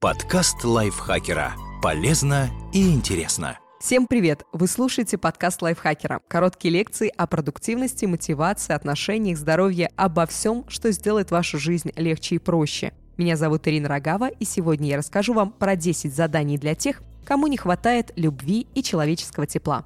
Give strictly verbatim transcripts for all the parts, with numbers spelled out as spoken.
Подкаст лайфхакера. Полезно и интересно. Всем привет! Вы слушаете подкаст лайфхакера. Короткие лекции о продуктивности, мотивации, отношениях, здоровье, обо всем, что сделает вашу жизнь легче и проще. Меня зовут Ирина Рогава, и сегодня я расскажу вам про десять заданий для тех, кому не хватает любви и человеческого тепла.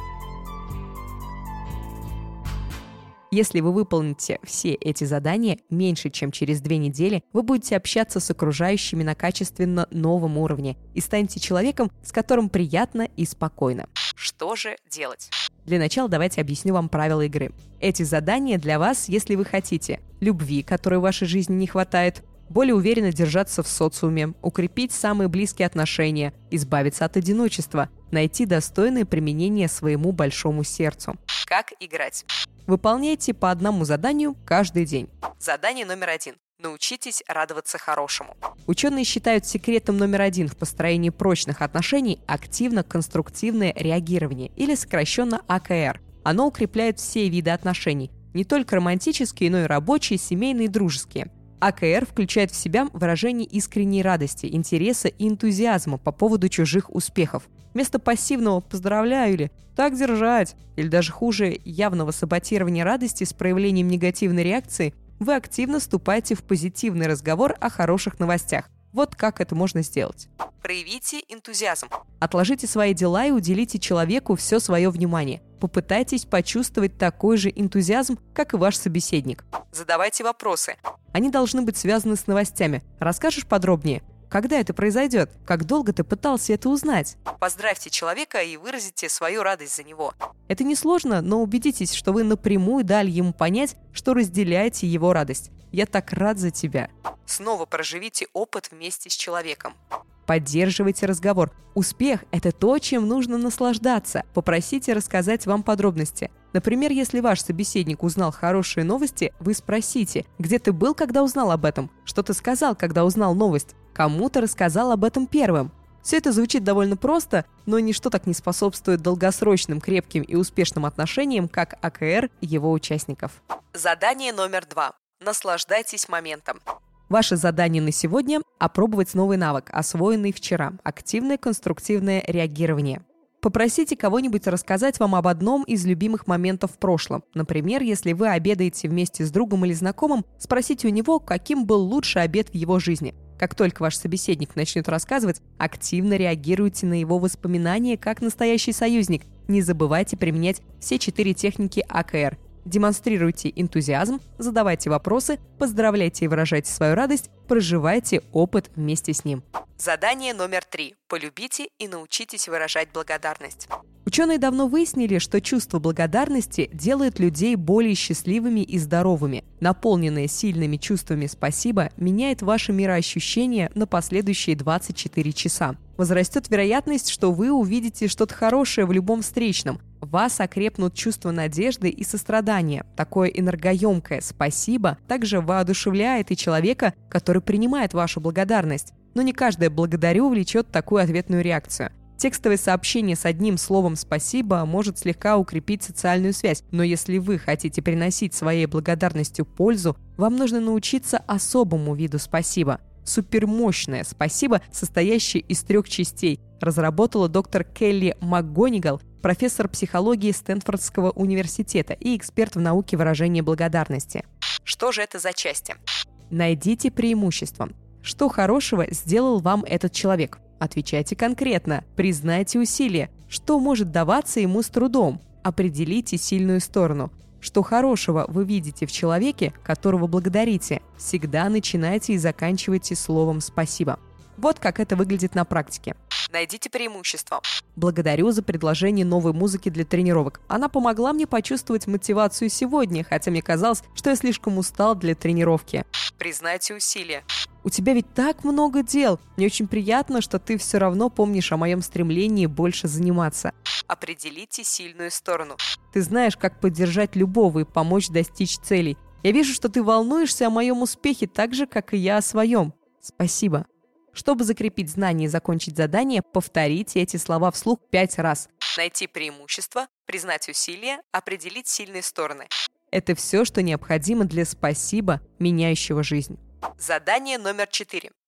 Если вы выполните все эти задания, меньше чем через две недели вы будете общаться с окружающими на качественно новом уровне и станете человеком, с которым приятно и спокойно. Что же делать? Для начала давайте объясню вам правила игры. Эти задания для вас, если вы хотите любви, которой в вашей жизни не хватает, более уверенно держаться в социуме, укрепить самые близкие отношения, избавиться от одиночества, найти достойное применение своему большому сердцу. Как играть? Выполняйте по одному заданию каждый день. Задание номер один. Научитесь радоваться хорошему. Ученые считают секретом номер один в построении прочных отношений активно-конструктивное реагирование, или сокращенно А К Р. Оно укрепляет все виды отношений, не только романтические, но и рабочие, семейные и дружеские. А К Р включает в себя выражение искренней радости, интереса и энтузиазма по поводу чужих успехов. Вместо пассивного «поздравляю» или «так держать», или даже хуже явного саботирования радости с проявлением негативной реакции, вы активно вступаете в позитивный разговор о хороших новостях. Вот как это можно сделать. Проявите энтузиазм. Отложите свои дела и уделите человеку все свое внимание. Попытайтесь почувствовать такой же энтузиазм, как и ваш собеседник. Задавайте вопросы. Они должны быть связаны с новостями. Расскажешь подробнее? Когда это произойдет? Как долго ты пытался это узнать? Поздравьте человека и выразите свою радость за него. Это несложно, но убедитесь, что вы напрямую дали ему понять, что разделяете его радость. «Я так рад за тебя». Снова проживите опыт вместе с человеком. Поддерживайте разговор. Успех – это то, чем нужно наслаждаться. Попросите рассказать вам подробности. Например, если ваш собеседник узнал хорошие новости, вы спросите, где ты был, когда узнал об этом? Что ты сказал, когда узнал новость? Кому ты рассказал об этом первым? Все это звучит довольно просто, но ничто так не способствует долгосрочным, крепким и успешным отношениям, как А К Р его участников. Задание номер два. Наслаждайтесь моментом. Ваше задание на сегодня – опробовать новый навык, освоенный вчера – активное конструктивное реагирование. Попросите кого-нибудь рассказать вам об одном из любимых моментов в прошлом. Например, если вы обедаете вместе с другом или знакомым, спросите у него, каким был лучший обед в его жизни. Как только ваш собеседник начнет рассказывать, активно реагируйте на его воспоминания как настоящий союзник. Не забывайте применять все четыре техники А К Р. Демонстрируйте энтузиазм, задавайте вопросы, поздравляйте и выражайте свою радость, проживайте опыт вместе с ним. Задание номер три. Полюбите и научитесь выражать благодарность. Ученые давно выяснили, что чувство благодарности делает людей более счастливыми и здоровыми. Наполненное сильными чувствами «спасибо» меняет ваше мироощущение на последующие двадцать четыре часа. Возрастет вероятность, что вы увидите что-то хорошее в любом встречном. В вас окрепнут чувства надежды и сострадания. Такое энергоемкое «спасибо» также воодушевляет и человека, который принимает вашу благодарность. Но не каждое «благодарю» влечет такую ответную реакцию. Текстовое сообщение с одним словом «спасибо» может слегка укрепить социальную связь, но если вы хотите приносить своей благодарностью пользу, вам нужно научиться особому виду «спасибо». Супермощное «спасибо», состоящее из трех частей, разработала доктор Келли МакГонигал, профессор психологии Стэнфордского университета и эксперт в науке выражения благодарности. Что же это за части? Найдите преимущества. Что хорошего сделал вам этот человек? Отвечайте конкретно. Признайте усилия. Что может даваться ему с трудом? Определите сильную сторону. Что хорошего вы видите в человеке, которого благодарите? Всегда начинайте и заканчивайте словом «спасибо». Вот как это выглядит на практике. Найдите преимущество. Благодарю за предложение новой музыки для тренировок. Она помогла мне почувствовать мотивацию сегодня, хотя мне казалось, что я слишком устал для тренировки. Признайте усилия. У тебя ведь так много дел. Мне очень приятно, что ты все равно помнишь о моем стремлении больше заниматься. Определите сильную сторону. Ты знаешь, как поддержать любого и помочь достичь целей. Я вижу, что ты волнуешься о моем успехе так же, как и я о своем. Спасибо. Чтобы закрепить знания и закончить задание, повторите эти слова вслух пять раз. Найти преимущество, признать усилия, определить сильные стороны. Это все, что необходимо для «спасибо», меняющего жизнь. Задание номер четыре.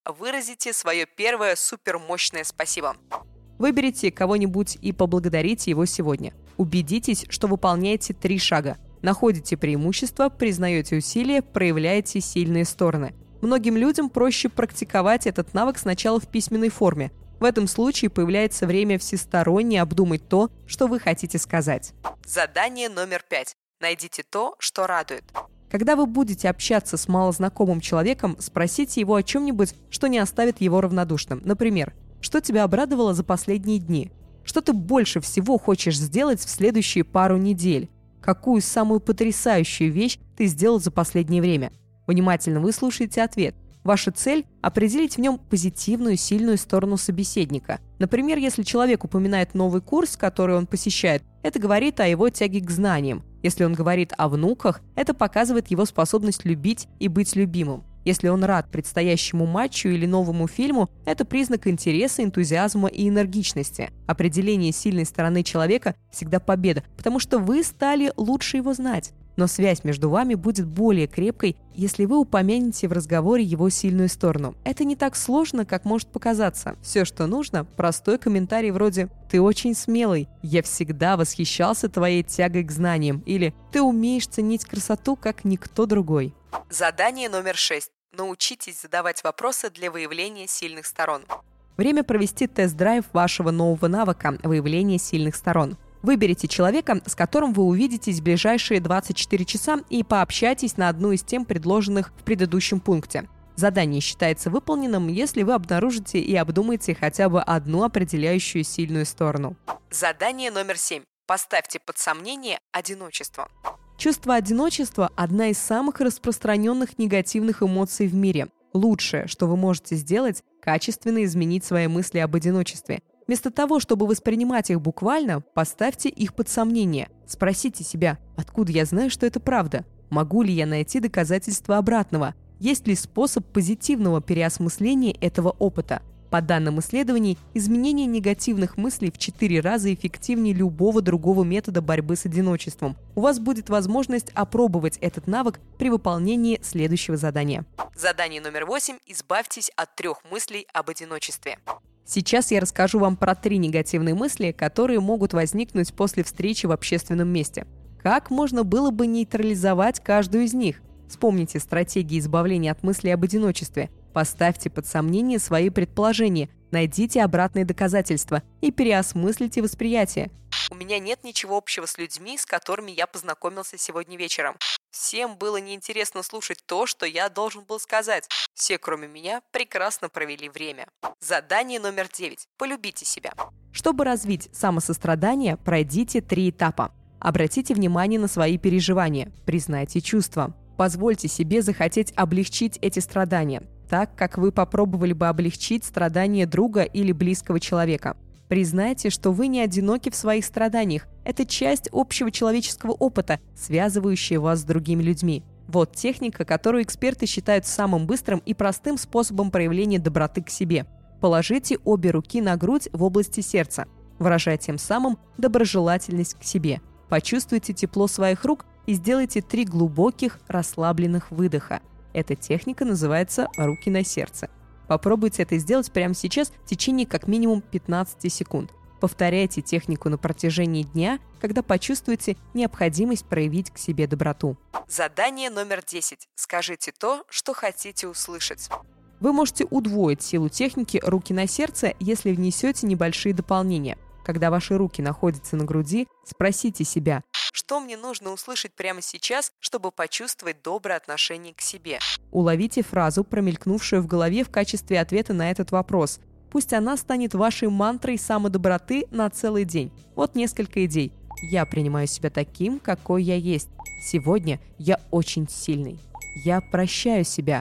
выразите свое первое супермощное спасибо. Выберите кого-нибудь и поблагодарите его сегодня. Убедитесь, что выполняете три шага. Находите преимущества, признаете усилия, проявляете сильные стороны. Многим людям проще практиковать этот навык сначала в письменной форме. В этом случае появляется время всесторонне обдумать то, что вы хотите сказать. Задание номер пять. Найдите то, что радует. Когда вы будете общаться с малознакомым человеком, спросите его о чем-нибудь, что не оставит его равнодушным. Например, что тебя обрадовало за последние дни? Что ты больше всего хочешь сделать в следующие пару недель? Какую самую потрясающую вещь ты сделал за последнее время? Внимательно выслушайте ответ. Ваша цель – определить в нем позитивную, сильную сторону собеседника. Например, если человек упоминает новый курс, который он посещает, это говорит о его тяге к знаниям. Если он говорит о внуках, это показывает его способность любить и быть любимым. Если он рад предстоящему матчу или новому фильму, это признак интереса, энтузиазма и энергичности. Определение сильной стороны человека всегда победа, потому что вы стали лучше его знать. Но связь между вами будет более крепкой, если вы упомянете в разговоре его сильную сторону. Это не так сложно, как может показаться. Все, что нужно, простой комментарий вроде «Ты очень смелый», «Я всегда восхищался твоей тягой к знаниям» или «Ты умеешь ценить красоту, как никто другой». Задание номер шесть. Научитесь задавать вопросы для выявления сильных сторон. Время провести тест-драйв вашего нового навыка – выявление сильных сторон. Выберите человека, с которым вы увидитесь в ближайшие двадцать четыре часа и пообщайтесь на одну из тем, предложенных в предыдущем пункте. Задание считается выполненным, если вы обнаружите и обдумаете хотя бы одну определяющую сильную сторону. Задание номер семь. Поставьте под сомнение одиночество. Чувство одиночества – одна из самых распространенных негативных эмоций в мире. Лучшее, что вы можете сделать – качественно изменить свои мысли об одиночестве. Вместо того, чтобы воспринимать их буквально, поставьте их под сомнение. Спросите себя, откуда я знаю, что это правда? Могу ли я найти доказательства обратного? Есть ли способ позитивного переосмысления этого опыта? По данным исследований, изменение негативных мыслей в четыре раза эффективнее любого другого метода борьбы с одиночеством. У вас будет возможность опробовать этот навык при выполнении следующего задания. Задание номер восемь. Избавьтесь от трех мыслей об одиночестве. Сейчас я расскажу вам про три негативные мысли, которые могут возникнуть после встречи в общественном месте. Как можно было бы нейтрализовать каждую из них? Вспомните стратегии избавления от мыслей об одиночестве. Поставьте под сомнение свои предположения, найдите обратные доказательства и переосмыслите восприятие. У меня нет ничего общего с людьми, с которыми я познакомился сегодня вечером. Всем было неинтересно слушать то, что я должен был сказать. Все, кроме меня, прекрасно провели время. Задание номер девять. Полюбите себя. Чтобы развить самосострадание, пройдите три этапа. Обратите внимание на свои переживания, признайте чувства. Позвольте себе захотеть облегчить эти страдания, так как вы попробовали бы облегчить страдания друга или близкого человека. Признайте, что вы не одиноки в своих страданиях. Это часть общего человеческого опыта, связывающая вас с другими людьми. Вот техника, которую эксперты считают самым быстрым и простым способом проявления доброты к себе. Положите обе руки на грудь в области сердца, выражая тем самым доброжелательность к себе. Почувствуйте тепло своих рук и сделайте три глубоких, расслабленных выдоха. Эта техника называется «руки на сердце». Попробуйте это сделать прямо сейчас в течение как минимум пятнадцати секунд. Повторяйте технику на протяжении дня, когда почувствуете необходимость проявить к себе доброту. Задание номер десять. Скажите то, что хотите услышать. Вы можете удвоить силу техники «руки на сердце», если внесете небольшие дополнения. Когда ваши руки находятся на груди, спросите себя, что мне нужно услышать прямо сейчас, чтобы почувствовать доброе отношение к себе. Уловите фразу, промелькнувшую в голове в качестве ответа на этот вопрос. Пусть она станет вашей мантрой самодоброты на целый день. Вот несколько идей. Я принимаю себя таким, какой я есть. Сегодня я очень сильный. Я прощаю себя.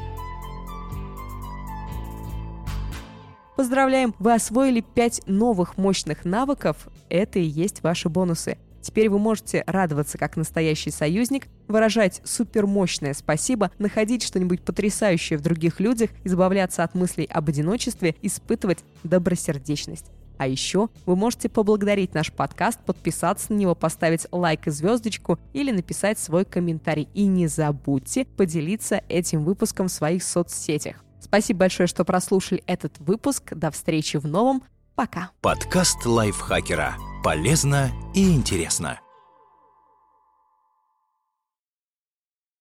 Поздравляем! Вы освоили пять новых мощных навыков. Это и есть ваши бонусы. Теперь вы можете радоваться как настоящий союзник, выражать супермощное спасибо, находить что-нибудь потрясающее в других людях, избавляться от мыслей об одиночестве, испытывать добросердечность. А еще вы можете поблагодарить наш подкаст, подписаться на него, поставить лайк и звездочку или написать свой комментарий. И не забудьте поделиться этим выпуском в своих соцсетях. Спасибо большое, что прослушали этот выпуск. До встречи в новом. Пока. Подкаст лайфхакера. Полезно и интересно.